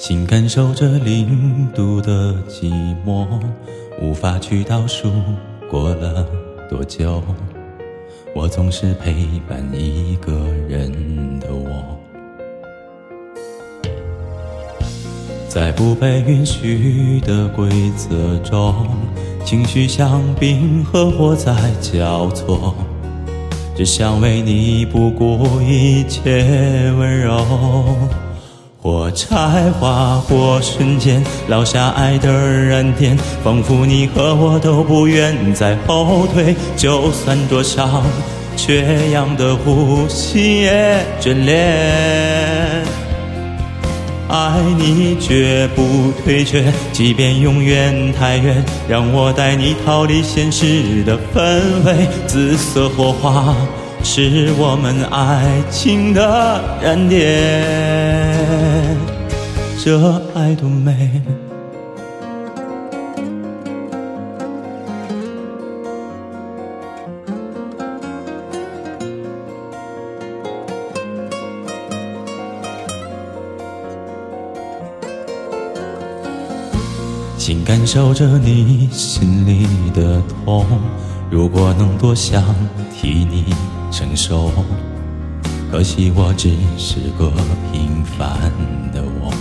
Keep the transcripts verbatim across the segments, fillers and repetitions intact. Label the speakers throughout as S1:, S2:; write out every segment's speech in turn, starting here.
S1: 心感受着零度的寂寞，无法去倒数过了多久。我总是陪伴一个人的我，在不被允许的规则中，情绪像冰和火在交错，只想为你不顾一切温柔。火柴划过瞬间，烙下爱的燃点，仿佛你和我都不愿再后退，就算灼伤，缺氧的呼吸也眷恋。爱你绝不退却，即便永远太远，让我带你逃离现实的氛围。紫色火花是我们爱情的燃点，这爱多美。心感受着你心里的痛，如果能多想替你承受，可惜我只是个平凡的我。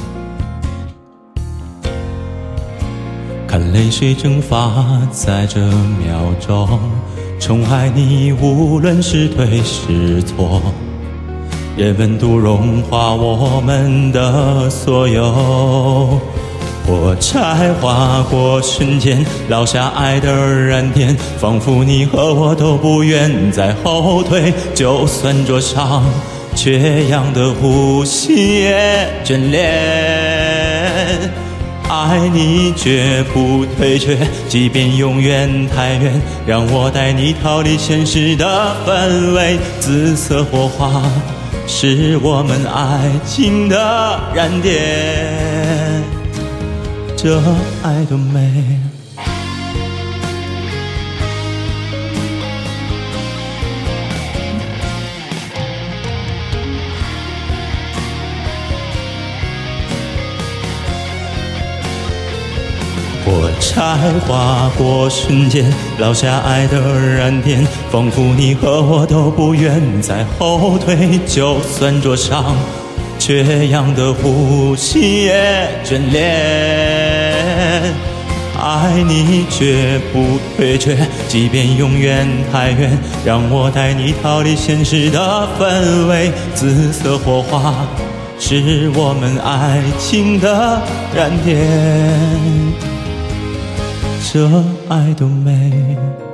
S1: 看泪水蒸发在这秒钟，宠爱你无论是对是错，任温度融化我们的所有。火柴划过瞬间，烙下爱的燃点，仿佛你和我都不愿再后退，就算灼伤，缺氧的呼吸也眷恋。爱你绝不退却，即便永远太远，让我带你逃离现实的氛围。紫色火花是我们爱情的燃点，这爱多美。火柴划过瞬间，烙下爱的燃点，仿佛你和我都不愿再后退，就算灼伤，缺氧的呼吸也眷恋。爱你绝不退却，即便永远太远，让我带你逃离现实的氛围。紫色火花是我们爱情的燃点，这爱多美。